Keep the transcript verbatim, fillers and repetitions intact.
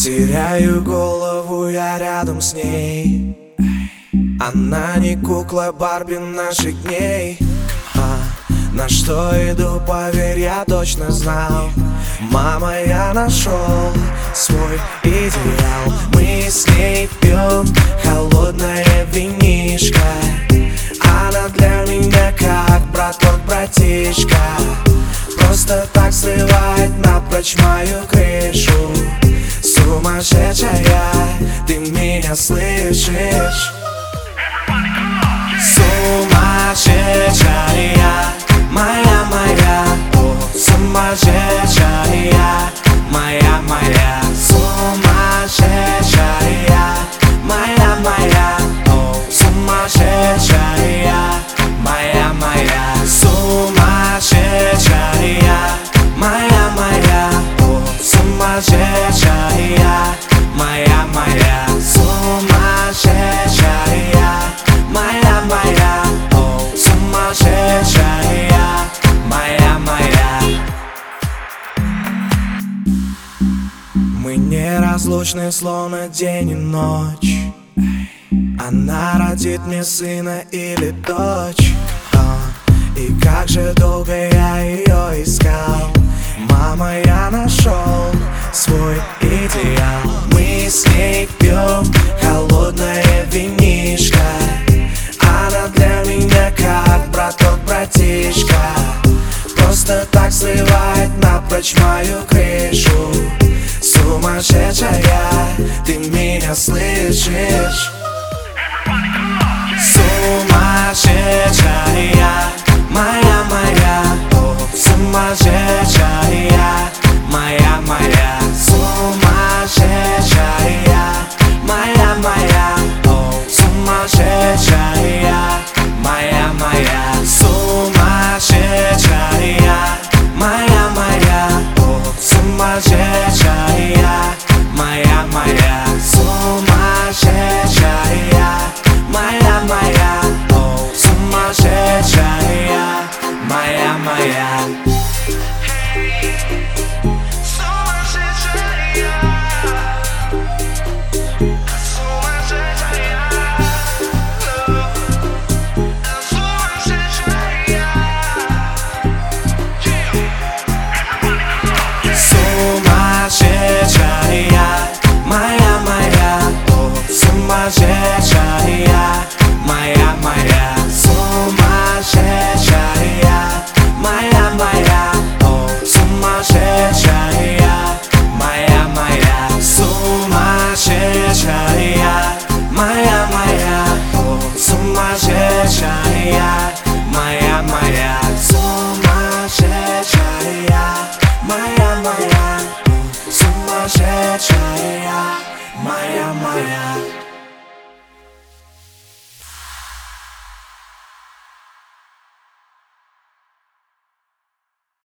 Теряю голову я рядом с ней. Она не кукла Барби наших дней. а, На что иду, поверь, я точно знал. Мама, я нашел свой идеал. Мы с ней пьем холодное винишко. Она для меня как браток, братишка. Просто так срывает напрочь мою крышу. Сумасшедшая, ты меня слышишь? Сумасшедшая, моя, моя, о, сумасшедшая, моя, моя, сумасшедшая, моя, моя, о, сумасшедшая, моя, моя, сумасшедшая, моя, моя, о, сумасшедшая, моя, моя, сумасшедшая, моя, моя, о, сумасшедшая, моя, моя. Мы неразлучны, словно день и ночь. Она родит мне сына или дочь. а, И как же долго я ее искал. Мама, я нашел свой идеал. Мы с ней пьем холодное винишко. Она для меня как браток, братишка. Просто так срывает напрочь мою крышу. Сумасшедшая, ты меня слышишь? Сумасшедшая, моя, моя, о, сумасшедшая, моя, моя, сумасшедшая, моя, моя, о, сумасшедшая, моя, моя, сумасшедшая, моя, моя, о, сумасшедшая, моя, моя, сумасшедшая, моя, моя, о, сумасшедшая, моя, моя. Сумасшедшая, моя, моя, о, сумасшедшая, моя, моя, сумасшедшая, моя, моя.